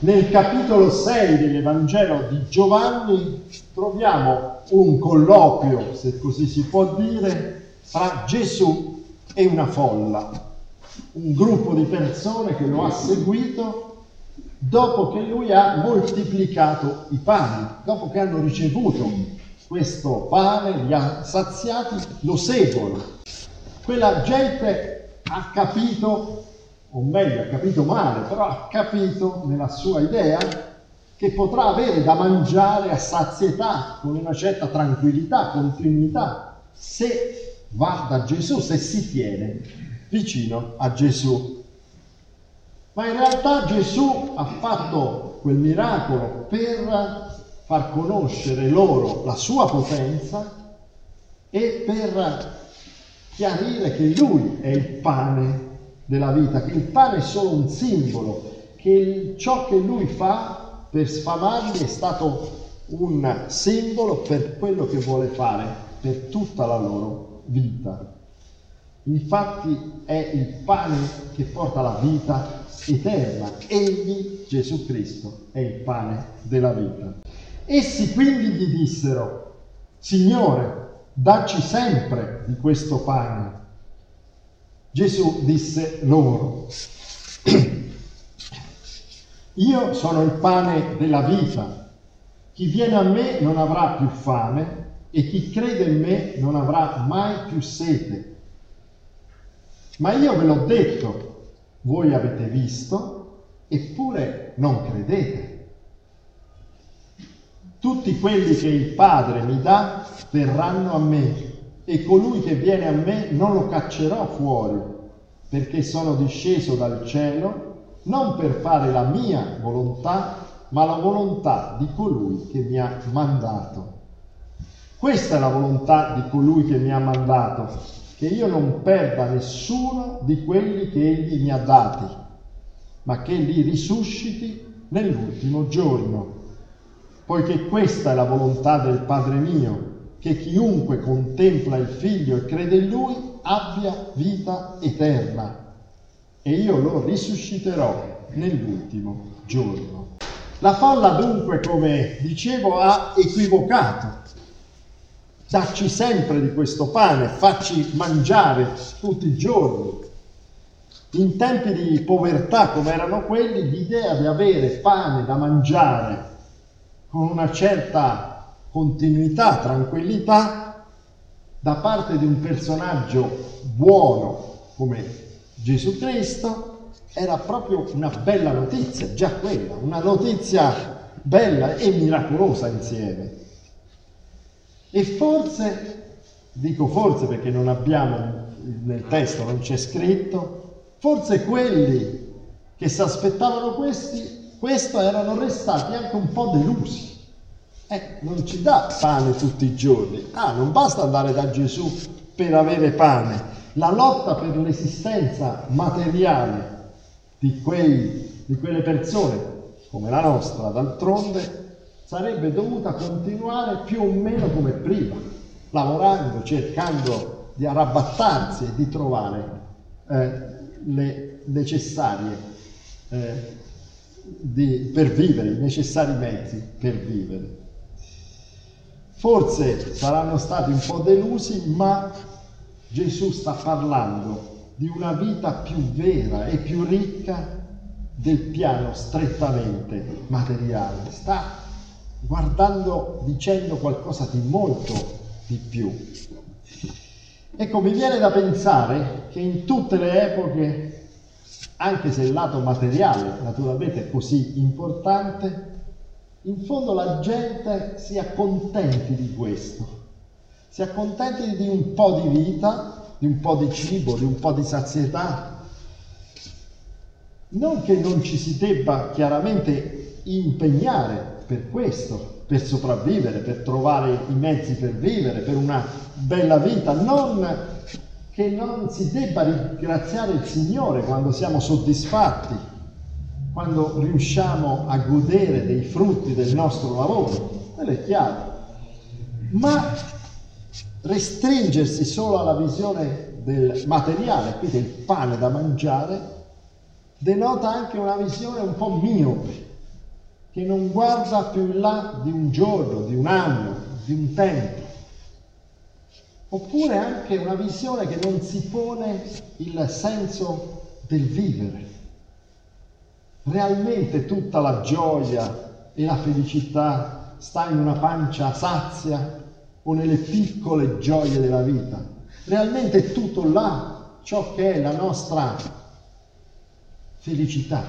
Nel capitolo 6 dell'Evangelo di Giovanni troviamo un colloquio, se così si può dire, fra Gesù e una folla, un gruppo di persone che lo ha seguito dopo che lui ha moltiplicato i pani, dopo che hanno ricevuto questo pane, li ha saziati, lo seguono. Quella gente ha capito, o meglio ha capito male, però ha capito nella sua idea che potrà avere da mangiare a sazietà con una certa tranquillità, continuità, se va da Gesù, se si tiene vicino a Gesù. Ma in realtà Gesù ha fatto quel miracolo per far conoscere loro la sua potenza e per chiarire che lui è il pane della vita, che il pane è solo un simbolo, che ciò che lui fa per sfamarli è stato un simbolo per quello che vuole fare per tutta la loro vita. Infatti è il pane che porta la vita eterna. Egli, Gesù Cristo, è il pane della vita. Essi quindi gli dissero: Signore, dacci sempre di questo pane. Gesù disse loro: Io sono il pane della vita. Chi viene a me non avrà più fame e chi crede in me non avrà mai più sete. Ma io ve l'ho detto, voi avete visto, eppure non credete. Tutti quelli che il Padre mi dà verranno a me, e colui che viene a me non lo caccerò fuori, perché sono disceso dal cielo non per fare la mia volontà, ma la volontà di colui che mi ha mandato. Questa è la volontà di colui che mi ha mandato, che io non perda nessuno di quelli che egli mi ha dati, ma che li risusciti nell'ultimo giorno. Poiché questa è la volontà del Padre mio, che chiunque contempla il Figlio e crede in Lui abbia vita eterna, e io lo risusciterò nell'ultimo giorno. La folla dunque, come dicevo, ha equivocato. Dacci sempre di questo pane, facci mangiare tutti i giorni. In tempi di povertà come erano quelli, l'idea di avere pane da mangiare con una certa continuità, tranquillità, da parte di un personaggio buono come Gesù Cristo, era proprio una bella notizia, già quella, una notizia bella e miracolosa insieme. E forse, dico forse perché non abbiamo, nel testo non c'è scritto, forse quelli che si aspettavano questo erano restati anche un po' delusi. Non ci dà pane tutti i giorni. Non basta andare da Gesù per avere pane. La lotta per l'esistenza materiale di quelle persone, come la nostra, d'altronde, sarebbe dovuta continuare più o meno come prima, lavorando, cercando di arrabattarsi e di trovare le necessarie per vivere, i necessari mezzi per vivere. Forse saranno stati un po' delusi, ma Gesù sta parlando di una vita più vera e più ricca del piano strettamente materiale. Sta guardando, dicendo qualcosa di molto di più. Ecco, mi viene da pensare che in tutte le epoche, anche se il lato materiale naturalmente è così importante, in fondo la gente si accontenti di questo, si accontenti di un po' di vita, di un po' di cibo, di un po' di sazietà. Non che non ci si debba chiaramente impegnare per questo, per sopravvivere, per trovare i mezzi per vivere, per una bella vita, non che non si debba ringraziare il Signore quando siamo soddisfatti, quando riusciamo a godere dei frutti del nostro lavoro, quello è chiaro. Ma restringersi solo alla visione del materiale, qui del pane da mangiare, denota anche una visione un po' miope, che non guarda più in là di un giorno, di un anno, di un tempo. Oppure anche una visione che non si pone il senso del vivere. Realmente tutta la gioia e la felicità sta in una pancia sazia o nelle piccole gioie della vita? Realmente è tutto là ciò che è la nostra felicità.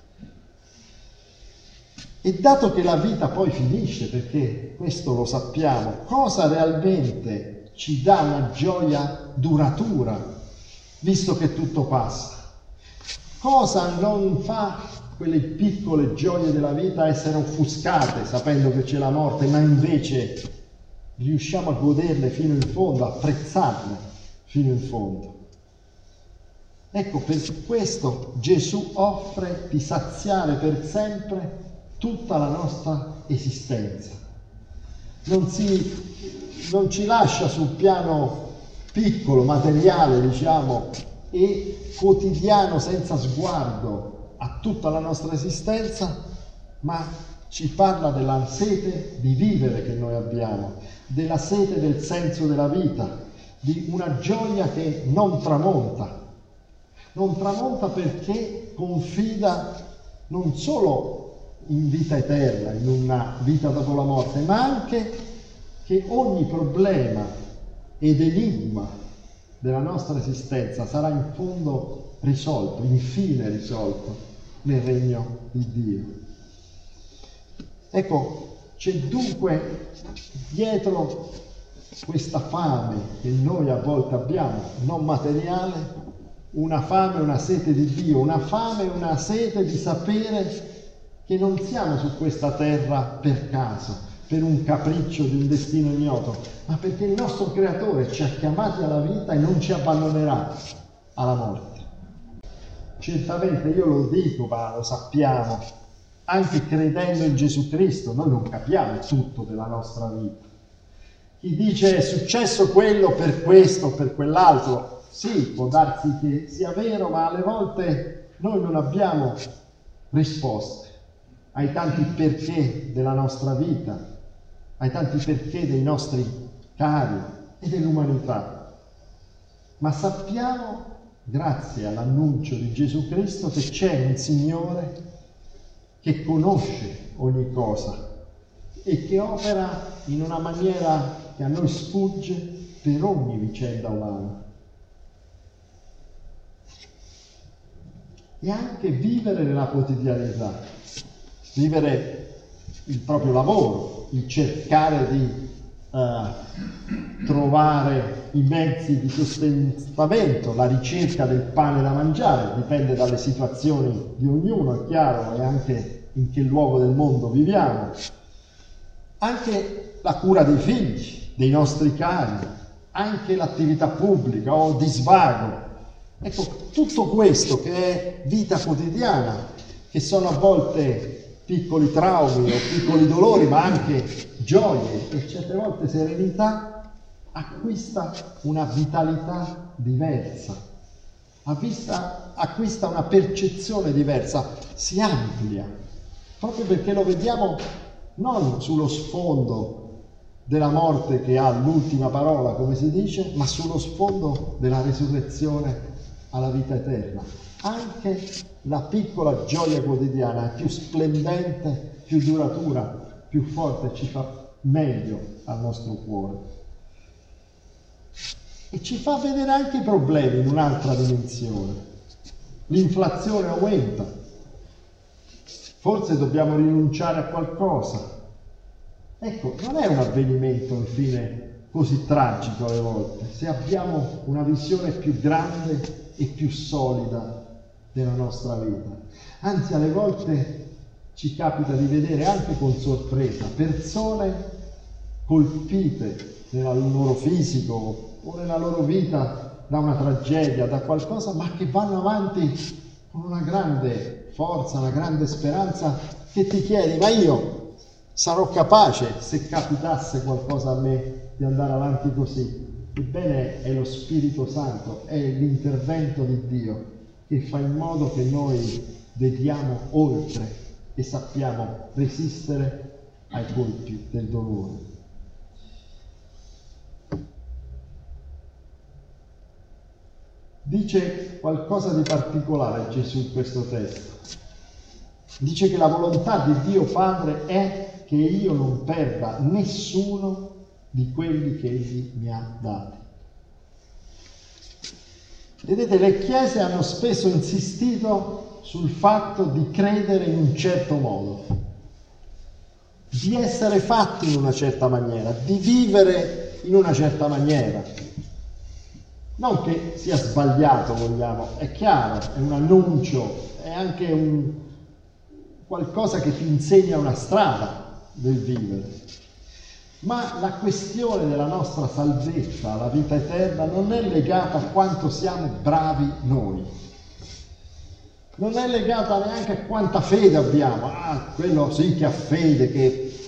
E dato che la vita poi finisce, perché questo lo sappiamo, cosa realmente ci dà una gioia duratura, visto che tutto passa? Cosa non fa quelle piccole gioie della vita essere offuscate sapendo che c'è la morte, ma invece riusciamo a goderle fino in fondo, a apprezzarle fino in fondo? Ecco, per questo Gesù offre di saziare per sempre tutta la nostra esistenza. Non ci lascia sul piano piccolo, materiale, diciamo, e quotidiano, senza sguardo a tutta la nostra esistenza, ma ci parla della sete di vivere che noi abbiamo, della sete del senso della vita, di una gioia che non tramonta. Non tramonta perché confida non solo in vita eterna, in una vita dopo la morte, ma anche che ogni problema ed enigma della nostra esistenza sarà in fondo risolto, infine risolto nel regno di Dio. Ecco, c'è dunque dietro questa fame che noi a volte abbiamo, non materiale, una fame, una sete di Dio, una fame e una sete di sapere che non siamo su questa terra per caso, per un capriccio di un destino ignoto, ma perché il nostro Creatore ci ha chiamati alla vita e non ci abbandonerà alla morte. Certamente io lo dico, ma lo sappiamo, anche credendo in Gesù Cristo, noi non capiamo tutto della nostra vita. Chi dice è successo quello per questo, per quell'altro, sì, può darsi che sia vero, ma alle volte noi non abbiamo risposte ai tanti perché della nostra vita, ai tanti perché dei nostri cari e dell'umanità. Ma sappiamo, grazie all'annuncio di Gesù Cristo, che c'è un Signore che conosce ogni cosa e che opera in una maniera che a noi sfugge per ogni vicenda umana. E anche vivere nella quotidianità, vivere il proprio lavoro, il cercare di trovare i mezzi di sostentamento, la ricerca del pane da mangiare, dipende dalle situazioni di ognuno, è chiaro, e anche in che luogo del mondo viviamo. Anche la cura dei figli, dei nostri cari, anche l'attività pubblica o di svago. Ecco, tutto questo che è vita quotidiana, che sono a volte piccoli traumi o piccoli dolori, ma anche gioie e certe volte serenità, acquista una vitalità diversa, acquista una percezione diversa, si amplia, proprio perché lo vediamo non sullo sfondo della morte che ha l'ultima parola, come si dice, ma sullo sfondo della resurrezione alla vita eterna. Anche la piccola gioia quotidiana è più splendente, più duratura, più forte, ci fa meglio al nostro cuore. E ci fa vedere anche i problemi in un'altra dimensione. L'inflazione aumenta. Forse dobbiamo rinunciare a qualcosa. Ecco, non è un avvenimento infine così tragico alle volte, se abbiamo una visione più grande e più solida della nostra vita. Anzi, alle volte ci capita di vedere anche con sorpresa persone colpite nel loro fisico o nella loro vita da una tragedia, da qualcosa, ma che vanno avanti con una grande forza, una grande speranza, che ti chiedi, ma io sarò capace, se capitasse qualcosa a me, di andare avanti così? Ebbene, è lo Spirito Santo, è l'intervento di Dio che fa in modo che noi vediamo oltre e sappiamo resistere ai colpi del dolore. Dice qualcosa di particolare Gesù in questo testo. Dice che la volontà di Dio Padre è che io non perda nessuno di quelli che Egli mi ha dati. Vedete, le chiese hanno spesso insistito sul fatto di credere in un certo modo, di essere fatti in una certa maniera, di vivere in una certa maniera. Non che sia sbagliato, vogliamo, è chiaro, è un annuncio, è anche qualcosa che ti insegna una strada del vivere. Ma la questione della nostra salvezza, la vita eterna, non è legata a quanto siamo bravi noi. Non è legata neanche a quanta fede abbiamo. Ah, quello sì che ha fede, che...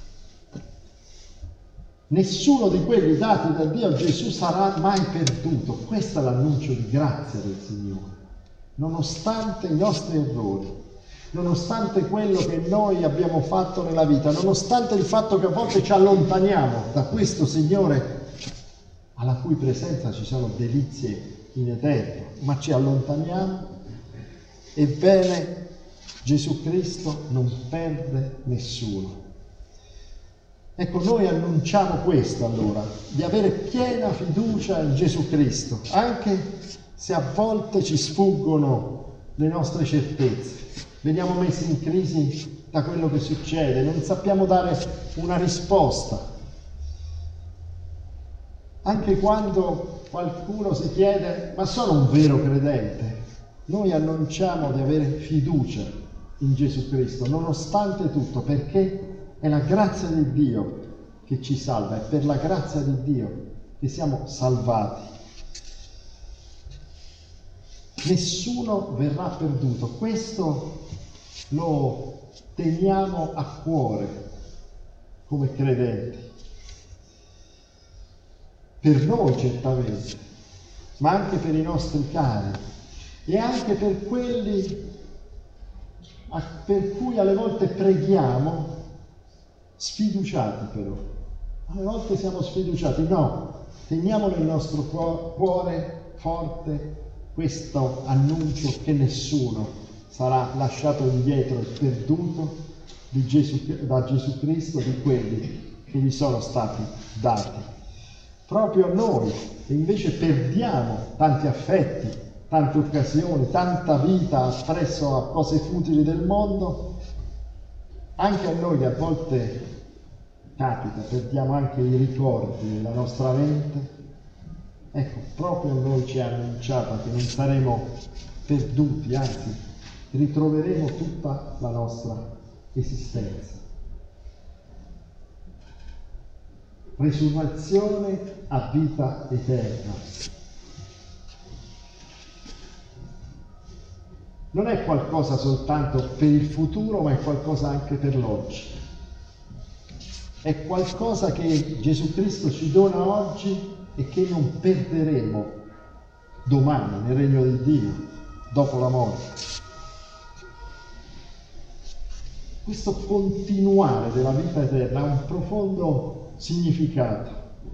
Nessuno di quelli dati da Dio a Gesù sarà mai perduto. Questo è l'annuncio di grazia del Signore. Nonostante i nostri errori, nonostante quello che noi abbiamo fatto nella vita, nonostante il fatto che a volte ci allontaniamo da questo Signore, alla cui presenza ci sono delizie in eterno, ma ci allontaniamo, ebbene Gesù Cristo non perde nessuno. Ecco, noi annunciamo questo allora, di avere piena fiducia in Gesù Cristo, anche se a volte ci sfuggono le nostre certezze. Veniamo messi in crisi da quello che succede, non sappiamo dare una risposta. Anche quando qualcuno si chiede, ma sono un vero credente? Noi annunciamo di avere fiducia in Gesù Cristo, nonostante tutto, perché è la grazia di Dio che ci salva, è per la grazia di Dio che siamo salvati. Nessuno verrà perduto, questo lo teniamo a cuore come credenti, per noi certamente, ma anche per i nostri cari e anche per quelli per cui alle volte preghiamo sfiduciati. Però alle volte siamo sfiduciati, no, teniamo nel nostro cuore forte questo annuncio che nessuno sarà lasciato indietro e perduto da Gesù Cristo, di quelli che gli sono stati dati. Proprio noi, che invece perdiamo tanti affetti, tante occasioni, tanta vita appresso a cose futili del mondo, anche a noi che a volte capita, perdiamo anche i ricordi nella nostra mente. Ecco, proprio a noi ci ha annunciato che non saremo perduti, anzi ritroveremo tutta la nostra esistenza. Resurrezione a vita eterna. Non è qualcosa soltanto per il futuro, ma è qualcosa anche per l'oggi. È qualcosa che Gesù Cristo ci dona oggi e che non perderemo domani nel regno di Dio, dopo la morte. Questo continuare della vita eterna ha un profondo significato.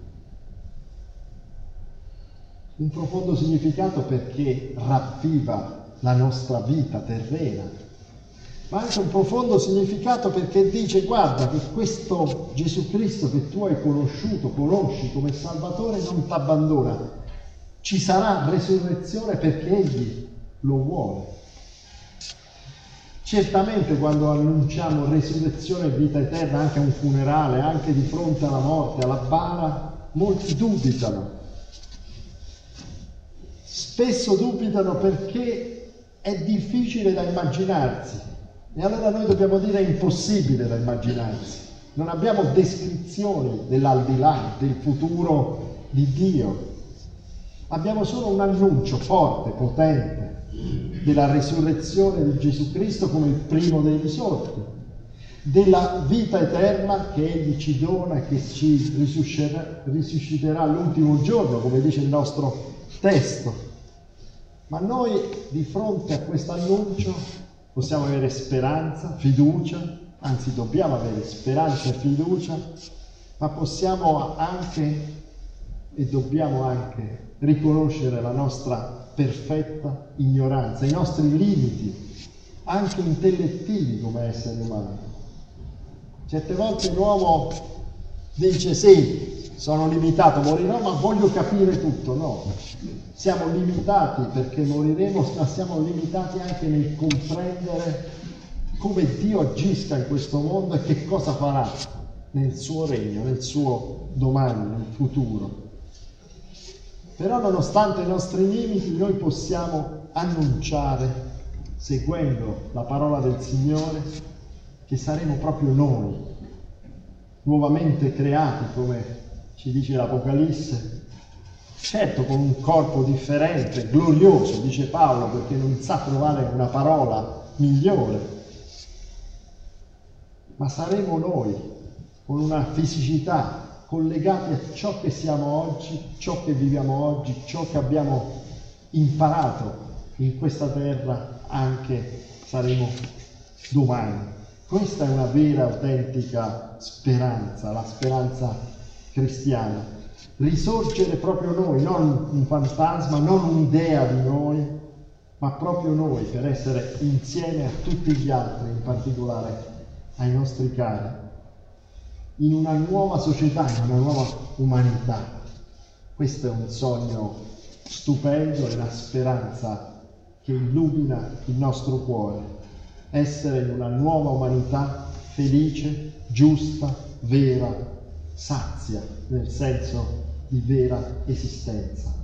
Un profondo significato perché ravviva la nostra vita terrena, ma anche un profondo significato perché dice: guarda che questo Gesù Cristo che tu hai conosci come Salvatore non ti abbandona, ci sarà resurrezione perché Egli lo vuole. Certamente quando annunciamo resurrezione e vita eterna anche a un funerale, anche di fronte alla morte, alla bara, molti dubitano. Spesso dubitano perché è difficile da immaginarsi. E allora noi dobbiamo dire è impossibile da immaginarsi. Non abbiamo descrizioni dell'aldilà, del futuro di Dio. Abbiamo solo un annuncio forte, potente, della resurrezione di Gesù Cristo come il primo dei risorti, della vita eterna che Egli ci dona e che ci risusciterà l'ultimo giorno, come dice il nostro testo. Ma noi, di fronte a questo annuncio, possiamo avere speranza, fiducia, anzi dobbiamo avere speranza e fiducia, ma possiamo anche e dobbiamo anche riconoscere la nostra perfetta ignoranza, i nostri limiti, anche intellettivi come esseri umani. Certe volte l'uomo dice sì, sono limitato, morirò, ma voglio capire tutto. No, siamo limitati perché moriremo, ma siamo limitati anche nel comprendere come Dio agisca in questo mondo e che cosa farà nel suo regno, nel suo domani, nel futuro. Però nonostante i nostri limiti noi possiamo annunciare, seguendo la parola del Signore, che saremo proprio noi, nuovamente creati, come ci dice l'Apocalisse, certo con un corpo differente, glorioso, dice Paolo, perché non sa trovare una parola migliore, ma saremo noi, con una fisicità collegati a ciò che siamo oggi, ciò che viviamo oggi, ciò che abbiamo imparato in questa terra, anche saremo domani. Questa è una vera, autentica speranza, la speranza cristiana. Risorgere proprio noi, non un fantasma, non un'idea di noi, ma proprio noi, per essere insieme a tutti gli altri, in particolare ai nostri cari, in una nuova società, in una nuova umanità. Questo è un sogno stupendo e una speranza che illumina il nostro cuore. Essere in una nuova umanità felice, giusta, vera, sazia, nel senso di vera esistenza.